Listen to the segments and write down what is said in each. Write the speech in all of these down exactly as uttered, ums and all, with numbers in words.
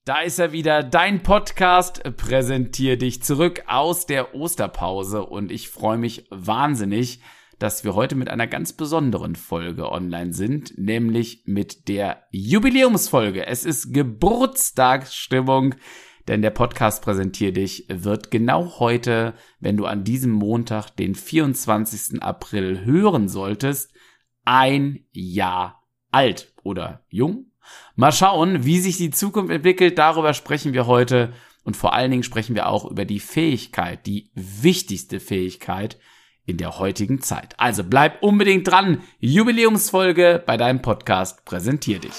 Da ist er wieder, dein Podcast, präsentier dich zurück aus der Osterpause und ich freue mich wahnsinnig, dass wir heute mit einer ganz besonderen Folge online sind, nämlich mit der Jubiläumsfolge. Es ist Geburtstagsstimmung, denn der Podcast Präsentier dich wird genau heute, wenn du an diesem Montag, den vierundzwanzigsten April hören solltest, ein Jahr alt oder jung. Mal schauen, wie sich die Zukunft entwickelt, darüber sprechen wir heute und vor allen Dingen sprechen wir auch über die Fähigkeit, die wichtigste Fähigkeit in der heutigen Zeit. Also bleib unbedingt dran, Jubiläumsfolge bei deinem Podcast Präsentier dich.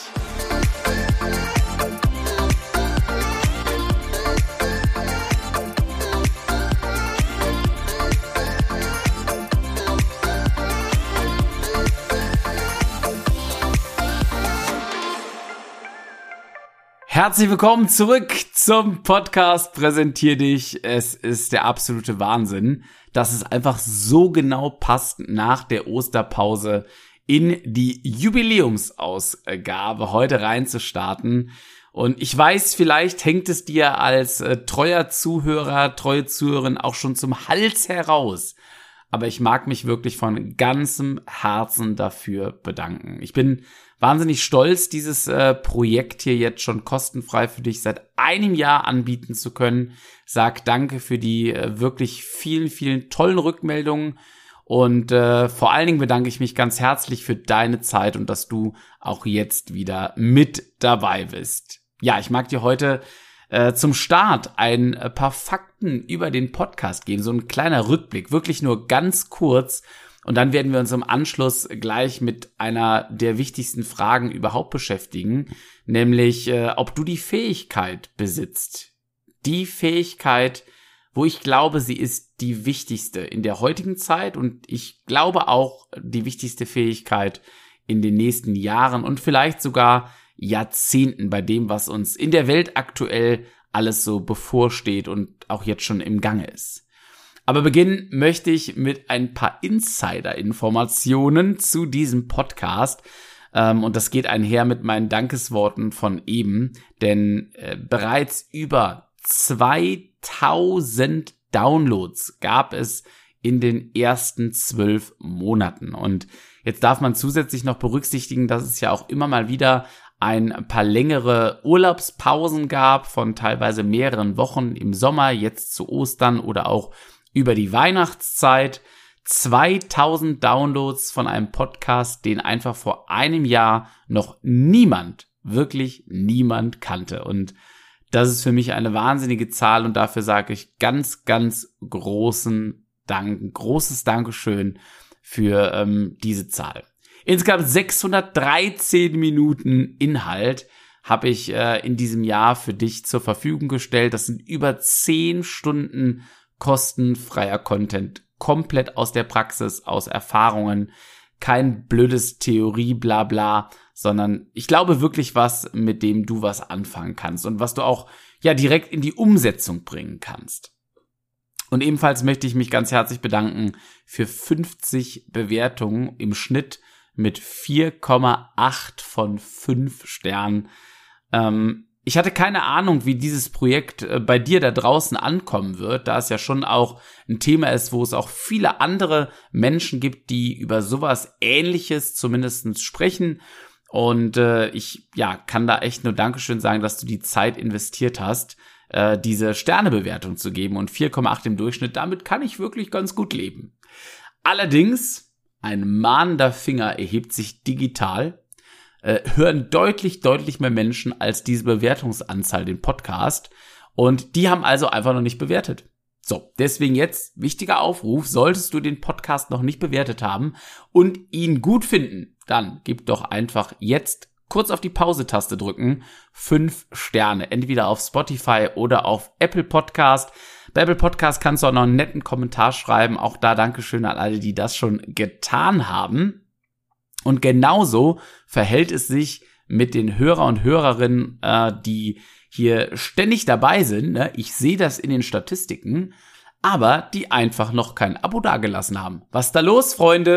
Herzlich willkommen zurück zum Podcast Präsentier dich. Es ist der absolute Wahnsinn, dass es einfach so genau passt, nach der Osterpause in die Jubiläumsausgabe heute reinzustarten. Und ich weiß, vielleicht hängt es dir als äh, treuer Zuhörer, treue Zuhörerin auch schon zum Hals heraus. Aber ich mag mich wirklich von ganzem Herzen dafür bedanken. Ich bin wahnsinnig stolz, dieses äh, Projekt hier jetzt schon kostenfrei für dich seit einem Jahr anbieten zu können. Sag danke für die äh, wirklich vielen, vielen tollen Rückmeldungen. Und äh, vor allen Dingen bedanke ich mich ganz herzlich für deine Zeit und dass du auch jetzt wieder mit dabei bist. Ja, ich mag dir heute äh, zum Start ein paar Fakten über den Podcast geben. So ein kleiner Rückblick, wirklich nur ganz kurz. Und dann werden wir uns im Anschluss gleich mit einer der wichtigsten Fragen überhaupt beschäftigen, nämlich äh, ob du die Fähigkeit besitzt. Die Fähigkeit, wo ich glaube, sie ist die wichtigste in der heutigen Zeit und ich glaube auch die wichtigste Fähigkeit in den nächsten Jahren und vielleicht sogar Jahrzehnten bei dem, was uns in der Welt aktuell alles so bevorsteht und auch jetzt schon im Gange ist. Aber beginnen möchte ich mit ein paar Insider-Informationen zu diesem Podcast. Ähm, und das geht einher mit meinen Dankesworten von eben. Denn äh, bereits über zweitausend Downloads gab es in den ersten zwölf Monaten. Und jetzt darf man zusätzlich noch berücksichtigen, dass es ja auch immer mal wieder ein paar längere Urlaubspausen gab von teilweise mehreren Wochen im Sommer, jetzt zu Ostern oder auch über die Weihnachtszeit. zweitausend Downloads von einem Podcast, den einfach vor einem Jahr noch niemand, wirklich niemand kannte. Und das ist für mich eine wahnsinnige Zahl und dafür sage ich ganz, ganz großen Dank, ein großes Dankeschön für ähm, diese Zahl. Insgesamt sechshundertdreizehn Minuten Inhalt habe ich äh, in diesem Jahr für dich zur Verfügung gestellt. Das sind über zehn Stunden kostenfreier Content, komplett aus der Praxis, aus Erfahrungen, kein blödes Theorie, bla bla, sondern ich glaube wirklich was, mit dem du was anfangen kannst und was du auch ja direkt in die Umsetzung bringen kannst. Und ebenfalls möchte ich mich ganz herzlich bedanken für fünfzig Bewertungen im Schnitt mit vier Komma acht von fünf Sternen. Ähm, Ich hatte keine Ahnung, wie dieses Projekt bei dir da draußen ankommen wird, da es ja schon auch ein Thema ist, wo es auch viele andere Menschen gibt, die über sowas Ähnliches zumindest sprechen. Und äh, ich ja kann da echt nur Dankeschön sagen, dass du die Zeit investiert hast, äh, diese Sternebewertung zu geben. Und vier Komma acht im Durchschnitt, damit kann ich wirklich ganz gut leben. Allerdings, ein mahnender Finger erhebt sich digital. Äh, hören deutlich, deutlich mehr Menschen als diese Bewertungsanzahl den Podcast. Und die haben also einfach noch nicht bewertet. So, deswegen jetzt wichtiger Aufruf. Solltest du den Podcast noch nicht bewertet haben und ihn gut finden, dann gib doch einfach jetzt kurz auf die Pause-Taste drücken. Fünf Sterne, entweder auf Spotify oder auf Apple Podcast. Bei Apple Podcast kannst du auch noch einen netten Kommentar schreiben. Auch da Dankeschön an alle, die das schon getan haben. Und genauso verhält es sich mit den Hörer und Hörerinnen, äh, die hier ständig dabei sind. Ne? Ich sehe das in den Statistiken, aber die einfach noch kein Abo dagelassen haben. Was ist da los, Freunde?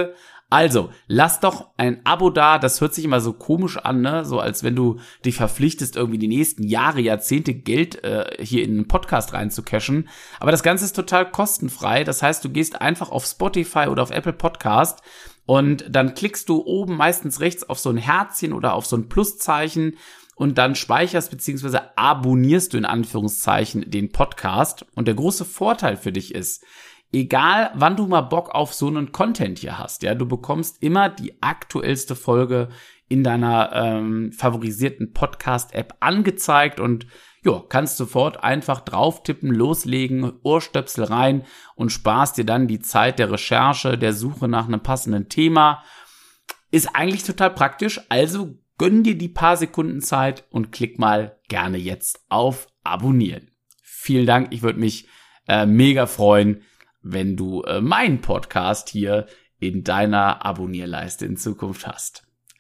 Also, lass doch ein Abo da. Das hört sich immer so komisch an, ne? So als wenn du dich verpflichtest, irgendwie die nächsten Jahre, Jahrzehnte Geld äh, hier in einen Podcast reinzucashen. Aber das Ganze ist total kostenfrei. Das heißt, du gehst einfach auf Spotify oder auf Apple Podcast und dann klickst du oben meistens rechts auf so ein Herzchen oder auf so ein Pluszeichen und dann speicherst bzw. abonnierst du in Anführungszeichen den Podcast. Und der große Vorteil für dich ist, egal wann du mal Bock auf so einen Content hier hast, ja, du bekommst immer die aktuellste Folge in deiner ähm, favorisierten Podcast-App angezeigt und jo, kannst sofort einfach drauf tippen, loslegen, Ohrstöpsel rein und sparst dir dann die Zeit der Recherche, der Suche nach einem passenden Thema. Ist eigentlich total praktisch, also gönn dir die paar Sekunden Zeit und klick mal gerne jetzt auf Abonnieren. Vielen Dank, ich würde mich äh, mega freuen, wenn du äh, meinen Podcast hier in deiner Abonnierleiste in Zukunft hast.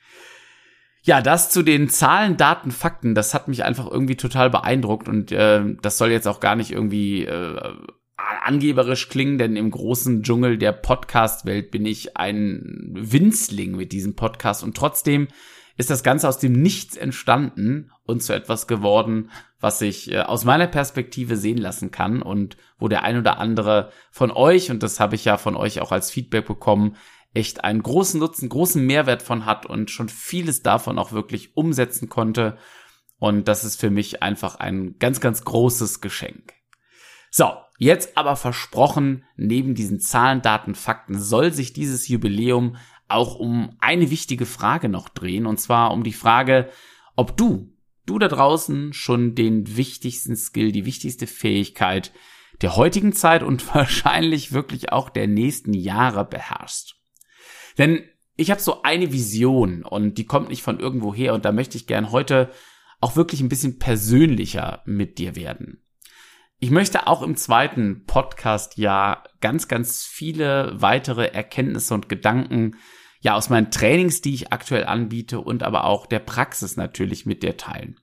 Ja, das zu den Zahlen, Daten, Fakten, das hat mich einfach irgendwie total beeindruckt und äh, das soll jetzt auch gar nicht irgendwie äh, angeberisch klingen, denn im großen Dschungel der Podcast-Welt bin ich ein Winzling mit diesem Podcast und trotzdem ist das Ganze aus dem Nichts entstanden und zu etwas geworden, was ich äh, aus meiner Perspektive sehen lassen kann und wo der ein oder andere von euch, und das habe ich ja von euch auch als Feedback bekommen, echt einen großen Nutzen, großen Mehrwert von hat und schon vieles davon auch wirklich umsetzen konnte. Und das ist für mich einfach ein ganz, ganz großes Geschenk. So, jetzt aber versprochen, neben diesen Zahlen, Daten, Fakten soll sich dieses Jubiläum auch um eine wichtige Frage noch drehen, und zwar um die Frage, ob du, du da draußen schon den wichtigsten Skill, die wichtigste Fähigkeit der heutigen Zeit und wahrscheinlich wirklich auch der nächsten Jahre beherrschst. Denn ich habe so eine Vision und die kommt nicht von irgendwo her und da möchte ich gern heute auch wirklich ein bisschen persönlicher mit dir werden. Ich möchte auch im zweiten Podcast-Jahr ganz, ganz viele weitere Erkenntnisse und Gedanken ja aus meinen Trainings, die ich aktuell anbiete und aber auch der Praxis natürlich mit dir teilen.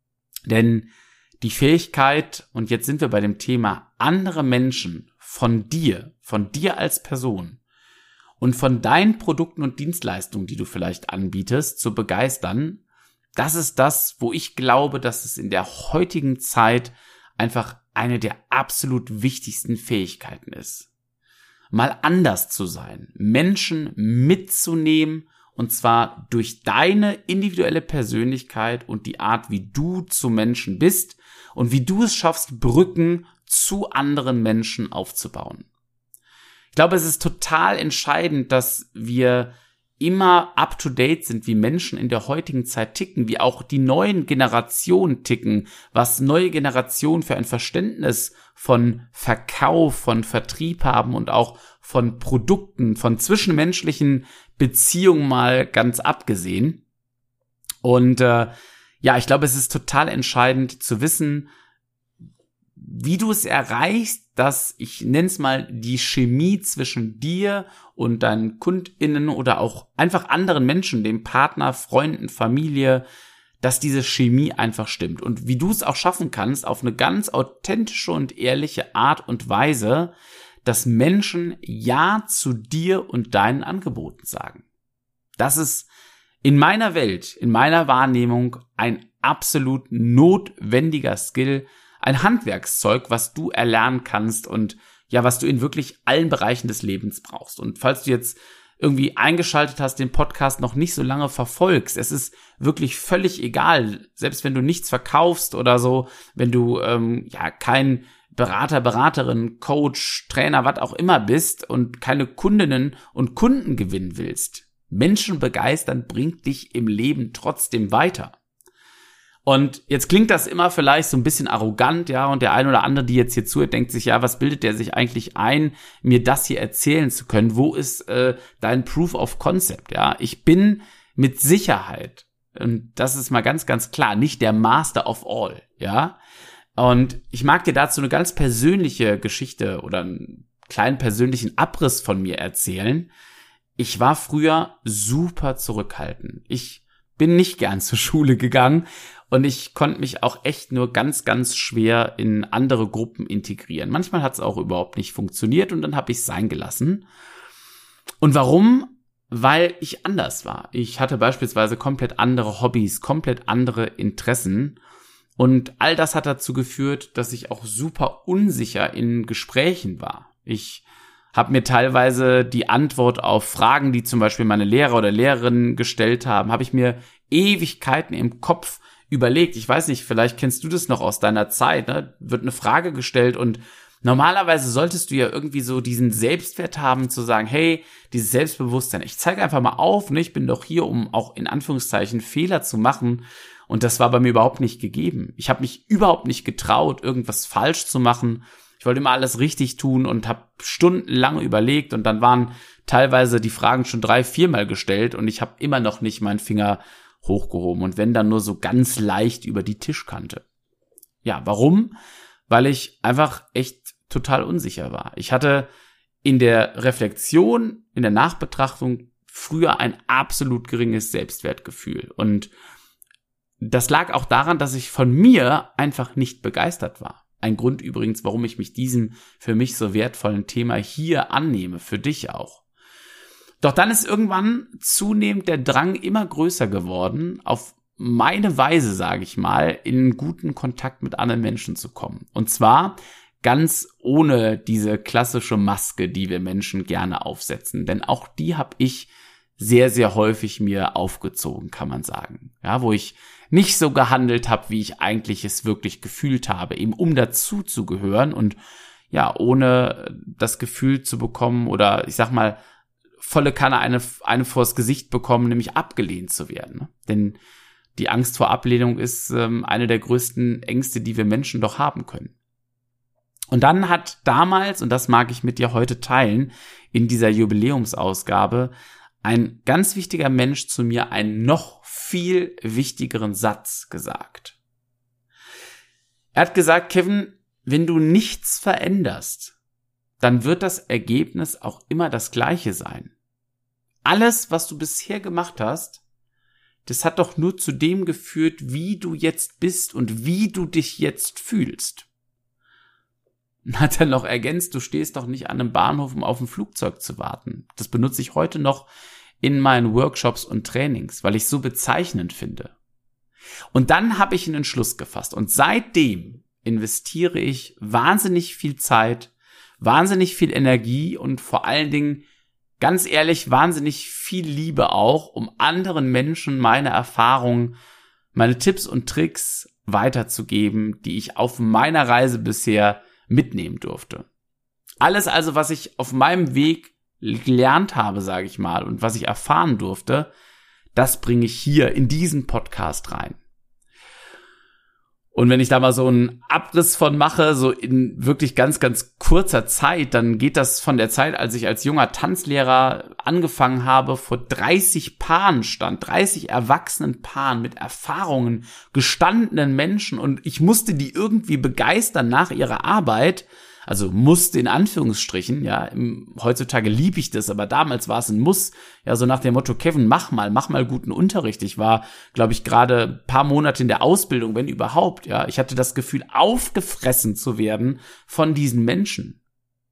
Denn die Fähigkeit, und jetzt sind wir bei dem Thema, andere Menschen von dir, von dir als Person und von deinen Produkten und Dienstleistungen, die du vielleicht anbietest, zu begeistern, das ist das, wo ich glaube, dass es in der heutigen Zeit einfach eine der absolut wichtigsten Fähigkeiten ist. Mal anders zu sein, Menschen mitzunehmen, und zwar durch deine individuelle Persönlichkeit und die Art, wie du zu Menschen bist und wie du es schaffst, Brücken zu anderen Menschen aufzubauen. Ich glaube, es ist total entscheidend, dass wir immer up-to-date sind, wie Menschen in der heutigen Zeit ticken, wie auch die neuen Generationen ticken, was neue Generationen für ein Verständnis von Verkauf, von Vertrieb haben und auch von Produkten, von zwischenmenschlichen Beziehungen mal ganz abgesehen. Und äh, ja, ich glaube, es ist total entscheidend zu wissen, wie du es erreichst, dass, ich nenne es mal, die Chemie zwischen dir und deinen KundInnen oder auch einfach anderen Menschen, dem Partner, Freunden, Familie, dass diese Chemie einfach stimmt. Und wie du es auch schaffen kannst, auf eine ganz authentische und ehrliche Art und Weise, dass Menschen Ja zu dir und deinen Angeboten sagen. Das ist in meiner Welt, in meiner Wahrnehmung ein absolut notwendiger Skill, ein Handwerkszeug, was du erlernen kannst und ja, was du in wirklich allen Bereichen des Lebens brauchst. Und falls du jetzt irgendwie eingeschaltet hast, den Podcast noch nicht so lange verfolgst, es ist wirklich völlig egal, selbst wenn du nichts verkaufst oder so, wenn du ähm, ja kein Berater, Beraterin, Coach, Trainer, was auch immer bist und keine Kundinnen und Kunden gewinnen willst. Menschen begeistern bringt dich im Leben trotzdem weiter. Und jetzt klingt das immer vielleicht so ein bisschen arrogant, ja, und der ein oder andere, die jetzt hier zuhört, denkt sich, ja, was bildet der sich eigentlich ein, mir das hier erzählen zu können? Wo ist äh, dein Proof of Concept, ja? Ich bin mit Sicherheit, und das ist mal ganz, ganz klar, nicht der Master of all, ja? Und ich mag dir dazu eine ganz persönliche Geschichte oder einen kleinen persönlichen Abriss von mir erzählen. Ich war früher super zurückhaltend. Ich bin nicht gern zur Schule gegangen und ich konnte mich auch echt nur ganz, ganz schwer in andere Gruppen integrieren. Manchmal hat es auch überhaupt nicht funktioniert und dann habe ich es sein gelassen. Und warum? weil ich anders war. Ich hatte beispielsweise komplett andere Hobbys, komplett andere Interessen. Und all das hat dazu geführt, dass ich auch super unsicher in Gesprächen war. Ich habe mir teilweise die Antwort auf Fragen, die zum Beispiel meine Lehrer oder Lehrerinnen gestellt haben, habe ich mir Ewigkeiten im Kopf überlegt. Ich weiß nicht, vielleicht kennst du das noch aus deiner Zeit, ne? Wird eine Frage gestellt und normalerweise solltest du ja irgendwie so diesen Selbstwert haben, zu sagen, hey, dieses Selbstbewusstsein, ich zeige einfach mal auf, ne? Ich bin doch hier, um auch in Anführungszeichen Fehler zu machen. Und das war bei mir überhaupt nicht gegeben. Ich habe mich überhaupt nicht getraut, irgendwas falsch zu machen. Ich wollte immer alles richtig tun und habe stundenlang überlegt und dann waren teilweise die Fragen schon drei, viermal gestellt und ich habe immer noch nicht meinen Finger hochgehoben und wenn dann nur so ganz leicht über die Tischkante. Ja, warum? Weil ich einfach echt total unsicher war. Ich hatte in der Reflexion, in der Nachbetrachtung früher ein absolut geringes Selbstwertgefühl und das lag auch daran, dass ich von mir einfach nicht begeistert war. Ein Grund übrigens, warum ich mich diesem für mich so wertvollen Thema hier annehme, für dich auch. Doch dann ist irgendwann zunehmend der Drang immer größer geworden, auf meine Weise, sage ich mal, in guten Kontakt mit anderen Menschen zu kommen. Und zwar ganz ohne diese klassische Maske, die wir Menschen gerne aufsetzen. Denn auch die habe ich sehr, sehr häufig mir aufgezogen, kann man sagen. Ja, wo ich nicht so gehandelt habe, wie ich eigentlich es wirklich gefühlt habe, eben um dazu zu gehören und ja, ohne das Gefühl zu bekommen oder ich sag mal, volle Kanne eine, eine vors Gesicht bekommen, nämlich abgelehnt zu werden. Ne? Denn die Angst vor Ablehnung ist ähm, eine der größten Ängste, die wir Menschen doch haben können. Und dann hat damals, und das mag ich mit dir heute teilen, in dieser Jubiläumsausgabe, ein ganz wichtiger Mensch zu mir einen noch viel wichtigeren Satz gesagt. Er hat gesagt, Kevin, wenn du nichts veränderst, dann wird das Ergebnis auch immer das gleiche sein. Alles, was du bisher gemacht hast, das hat doch nur zu dem geführt, wie du jetzt bist und wie du dich jetzt fühlst. Hat er noch ergänzt, du stehst doch nicht an einem Bahnhof, um auf ein Flugzeug zu warten. Das benutze ich heute noch in meinen Workshops und Trainings, weil ich es so bezeichnend finde. Und dann habe ich einen Entschluss gefasst und seitdem investiere ich wahnsinnig viel Zeit, wahnsinnig viel Energie und vor allen Dingen, ganz ehrlich, wahnsinnig viel Liebe auch, um anderen Menschen meine Erfahrungen, meine Tipps und Tricks weiterzugeben, die ich auf meiner Reise bisher mitnehmen durfte. Alles also, was ich auf meinem Weg gelernt habe, sage ich mal, und was ich erfahren durfte, das bringe ich hier in diesen Podcast rein. Und wenn ich da mal so einen Abriss von mache, so in wirklich ganz, ganz kurzer Zeit, dann geht das von der Zeit, als ich als junger Tanzlehrer angefangen habe, vor dreißig Paaren stand, dreißig erwachsenen Paaren mit Erfahrungen, gestandenen Menschen und ich musste die irgendwie begeistern nach ihrer Arbeit. Also musste in Anführungsstrichen, ja, im, heutzutage liebe ich das, aber damals war es ein Muss, ja, so nach dem Motto, Kevin, mach mal, mach mal guten Unterricht. Ich war, glaube ich, gerade ein paar Monate in der Ausbildung, wenn überhaupt, ja. Ich hatte das Gefühl, aufgefressen zu werden von diesen Menschen.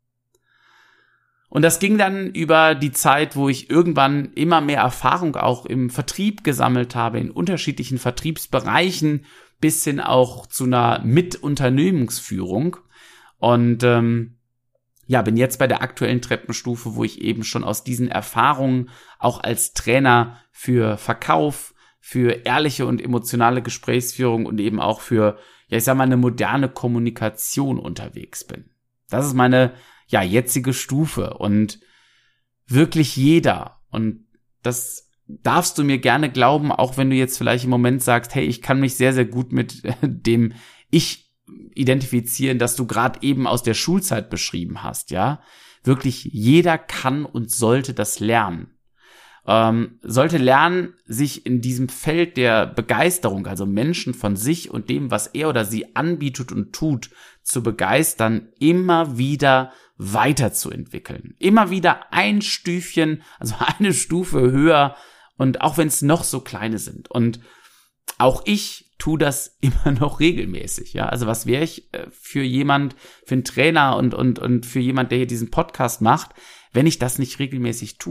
Und das ging dann über die Zeit, wo ich irgendwann immer mehr Erfahrung auch im Vertrieb gesammelt habe, in unterschiedlichen Vertriebsbereichen, bis hin auch zu einer Mitunternehmensführung. Und ähm, ja, bin jetzt bei der aktuellen Treppenstufe, wo ich eben schon aus diesen Erfahrungen auch als Trainer für Verkauf, für ehrliche und emotionale Gesprächsführung und eben auch für, ja, ich sag mal, eine moderne Kommunikation unterwegs bin. Das ist meine, ja, jetzige Stufe und wirklich jeder, und das darfst du mir gerne glauben, auch wenn du jetzt vielleicht im Moment sagst, hey, ich kann mich sehr, sehr gut mit dem Ich identifizieren, dass du gerade eben aus der Schulzeit beschrieben hast, ja. Wirklich jeder kann und sollte das lernen. Ähm, sollte lernen, sich in diesem Feld der Begeisterung, also Menschen von sich und dem, was er oder sie anbietet und tut, zu begeistern, immer wieder weiterzuentwickeln. Immer wieder ein Stüfchen, also eine Stufe höher und auch wenn es noch so kleine sind. Und auch ich tue das immer noch regelmäßig, ja. Also was wäre ich äh, für jemand, für einen Trainer und und und für jemand, der hier diesen Podcast macht, wenn ich das nicht regelmäßig tue?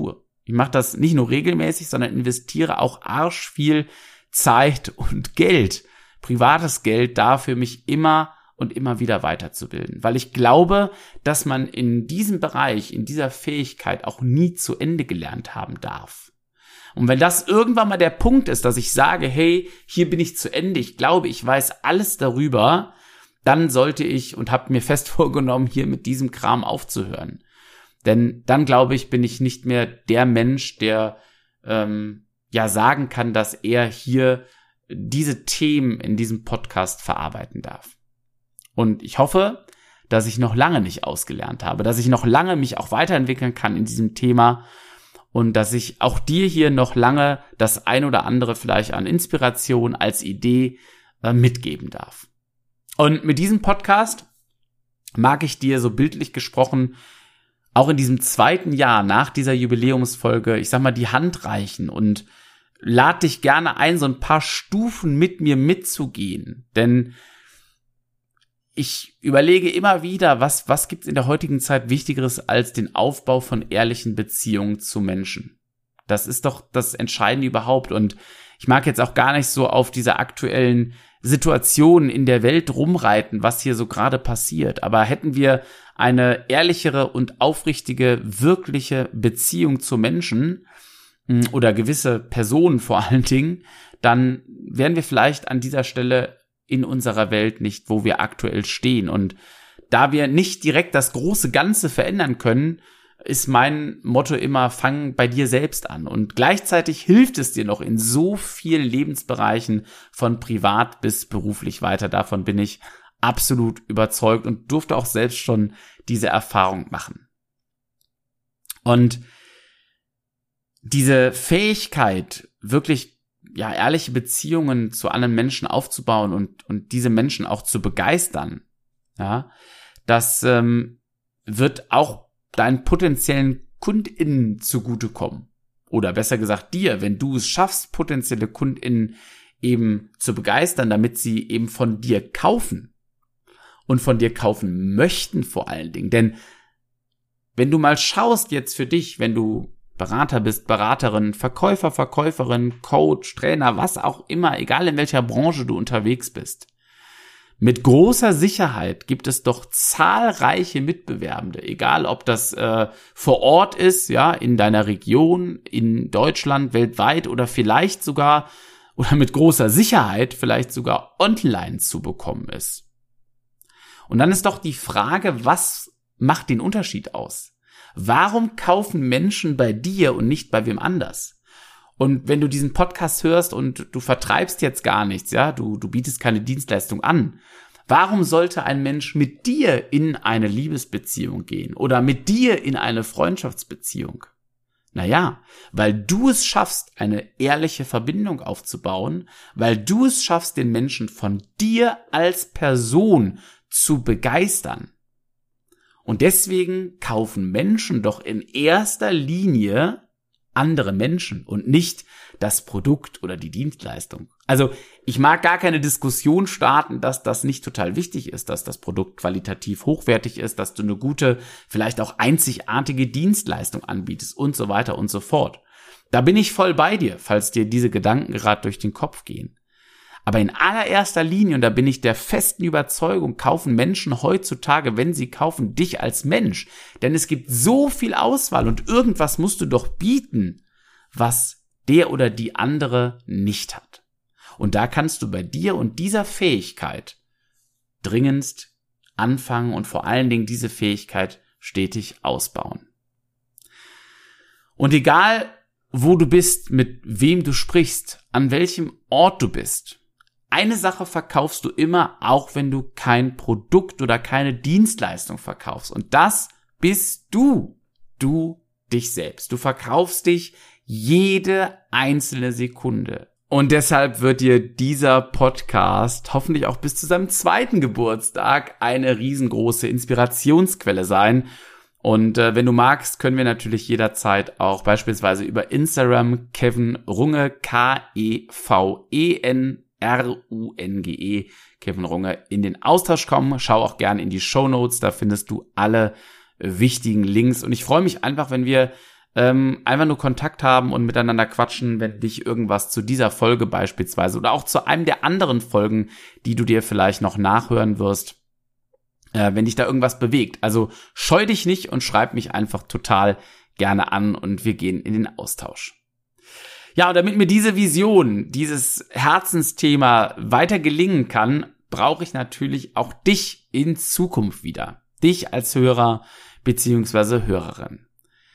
Ich mache das nicht nur regelmäßig, sondern investiere auch arsch viel Zeit und Geld, privates Geld dafür, mich immer und immer wieder weiterzubilden. Weil ich glaube, dass man in diesem Bereich, in dieser Fähigkeit auch nie zu Ende gelernt haben darf. Und wenn das irgendwann mal der Punkt ist, dass ich sage, hey, hier bin ich zu Ende, ich glaube, ich weiß alles darüber, dann sollte ich und habe mir fest vorgenommen, hier mit diesem Kram aufzuhören. Denn dann, glaube ich, bin ich nicht mehr der Mensch, der ähm, ja sagen kann, dass er hier diese Themen in diesem Podcast verarbeiten darf. Und ich hoffe, dass ich noch lange nicht ausgelernt habe, dass ich noch lange mich auch weiterentwickeln kann in diesem Thema und dass ich auch dir hier noch lange das ein oder andere vielleicht an Inspiration als Idee äh, mitgeben darf. Und mit diesem Podcast mag ich dir so bildlich gesprochen auch in diesem zweiten Jahr nach dieser Jubiläumsfolge, ich sag mal, die Hand reichen und lad dich gerne ein, so ein paar Stufen mit mir mitzugehen. Denn ich überlege immer wieder, was, was gibt's in der heutigen Zeit Wichtigeres als den Aufbau von ehrlichen Beziehungen zu Menschen? Das ist doch das Entscheidende überhaupt. Und ich mag jetzt auch gar nicht so auf dieser aktuellen Situation in der Welt rumreiten, was hier so gerade passiert. Aber hätten wir eine ehrlichere und aufrichtige, wirkliche Beziehung zu Menschen oder gewisse Personen vor allen Dingen, dann wären wir vielleicht an dieser Stelle in unserer Welt nicht, wo wir aktuell stehen. Und da wir nicht direkt das große Ganze verändern können, ist mein Motto immer, fang bei dir selbst an. Und gleichzeitig hilft es dir noch in so vielen Lebensbereichen von privat bis beruflich weiter. Davon bin ich absolut überzeugt und durfte auch selbst schon diese Erfahrung machen. Und diese Fähigkeit, wirklich ja ehrliche Beziehungen zu anderen Menschen aufzubauen und und diese Menschen auch zu begeistern, ja, das ähm, wird auch deinen potenziellen KundInnen zugutekommen. Oder besser gesagt dir, wenn du es schaffst, potenzielle KundInnen eben zu begeistern, damit sie eben von dir kaufen und von dir kaufen möchten vor allen Dingen. Denn wenn du mal schaust jetzt für dich, wenn du Berater bist, Beraterin, Verkäufer, Verkäuferin, Coach, Trainer, was auch immer, egal in welcher Branche du unterwegs bist. Mit großer Sicherheit gibt es doch zahlreiche Mitbewerbende, egal ob das äh, vor Ort ist, ja, in deiner Region, in Deutschland, weltweit oder vielleicht sogar, oder mit großer Sicherheit vielleicht sogar online zu bekommen ist. Und dann ist doch die Frage, was macht den Unterschied aus? Warum kaufen Menschen bei dir und nicht bei wem anders? Und wenn du diesen Podcast hörst und du vertreibst jetzt gar nichts, ja, du, du bietest keine Dienstleistung an, warum sollte ein Mensch mit dir in eine Liebesbeziehung gehen oder mit dir in eine Freundschaftsbeziehung? Naja, weil du es schaffst, eine ehrliche Verbindung aufzubauen, weil du es schaffst, den Menschen von dir als Person zu begeistern. Und deswegen kaufen Menschen doch in erster Linie andere Menschen und nicht das Produkt oder die Dienstleistung. Also ich mag gar keine Diskussion starten, dass das nicht total wichtig ist, dass das Produkt qualitativ hochwertig ist, dass du eine gute, vielleicht auch einzigartige Dienstleistung anbietest und so weiter und so fort. Da bin ich voll bei dir, falls dir diese Gedanken gerade durch den Kopf gehen. Aber in allererster Linie, und da bin ich der festen Überzeugung, kaufen Menschen heutzutage, wenn sie kaufen, dich als Mensch. Denn es gibt so viel Auswahl und irgendwas musst du doch bieten, was der oder die andere nicht hat. Und da kannst du bei dir und dieser Fähigkeit dringendst anfangen und vor allen Dingen diese Fähigkeit stetig ausbauen. Und egal, wo du bist, mit wem du sprichst, an welchem Ort du bist, eine Sache verkaufst du immer, auch wenn du kein Produkt oder keine Dienstleistung verkaufst. Und das bist du. Du dich selbst. Du verkaufst dich jede einzelne Sekunde. Und deshalb wird dir dieser Podcast hoffentlich auch bis zu seinem zweiten Geburtstag eine riesengroße Inspirationsquelle sein. Und äh, wenn du magst, können wir natürlich jederzeit auch beispielsweise über Instagram Kevin Runge, K E V E N R U N G E, Kevin Runge, in den Austausch kommen. Schau auch gerne in die Shownotes, da findest du alle wichtigen Links. Und ich freue mich einfach, wenn wir ähm, einfach nur Kontakt haben und miteinander quatschen, wenn dich irgendwas zu dieser Folge beispielsweise oder auch zu einem der anderen Folgen, die du dir vielleicht noch nachhören wirst, äh, wenn dich da irgendwas bewegt. Also scheu dich nicht und schreib mich einfach total gerne an und wir gehen in den Austausch. Ja, und damit mir diese Vision, dieses Herzensthema weiter gelingen kann, brauche ich natürlich auch dich in Zukunft wieder. Dich als Hörer bzw. Hörerin.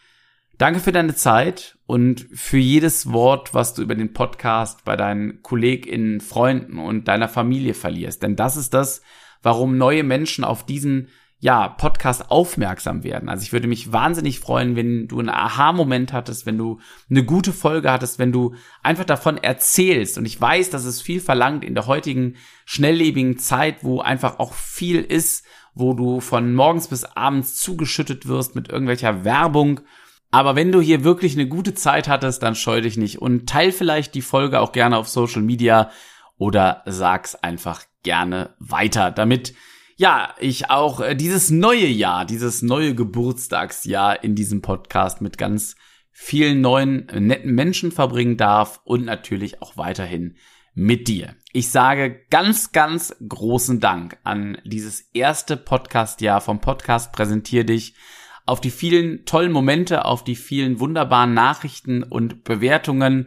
Danke für deine Zeit und für jedes Wort, was du über den Podcast bei deinen KollegInnen, Freunden und deiner Familie verlierst. Denn das ist das, warum neue Menschen auf diesen ja, Podcast aufmerksam werden. Also ich würde mich wahnsinnig freuen, wenn du einen Aha-Moment hattest, wenn du eine gute Folge hattest, wenn du einfach davon erzählst. Und ich weiß, dass es viel verlangt in der heutigen schnelllebigen Zeit, wo einfach auch viel ist, wo du von morgens bis abends zugeschüttet wirst mit irgendwelcher Werbung. Aber wenn du hier wirklich eine gute Zeit hattest, dann scheu dich nicht und teil vielleicht die Folge auch gerne auf Social Media oder sag's einfach gerne weiter, damit ja, ich auch äh, dieses neue Jahr, dieses neue Geburtstagsjahr in diesem Podcast mit ganz vielen neuen, äh, netten Menschen verbringen darf und natürlich auch weiterhin mit dir. Ich sage ganz, ganz großen Dank an dieses erste Podcast-Jahr vom Podcast Präsentier dich, auf die vielen tollen Momente, auf die vielen wunderbaren Nachrichten und Bewertungen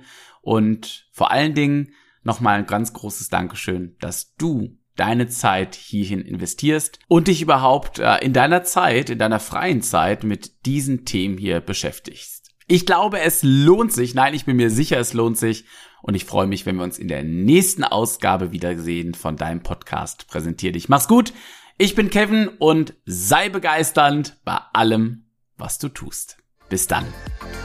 und vor allen Dingen nochmal ein ganz großes Dankeschön, dass du deine Zeit hierhin investierst und dich überhaupt äh, in deiner Zeit, in deiner freien Zeit mit diesen Themen hier beschäftigst. Ich glaube, es lohnt sich. Nein, ich bin mir sicher, es lohnt sich. Und ich freue mich, wenn wir uns in der nächsten Ausgabe wiedersehen von deinem Podcast Präsentier dich. Mach's gut. Ich bin Kevin und sei begeisternd bei allem, was du tust. Bis dann.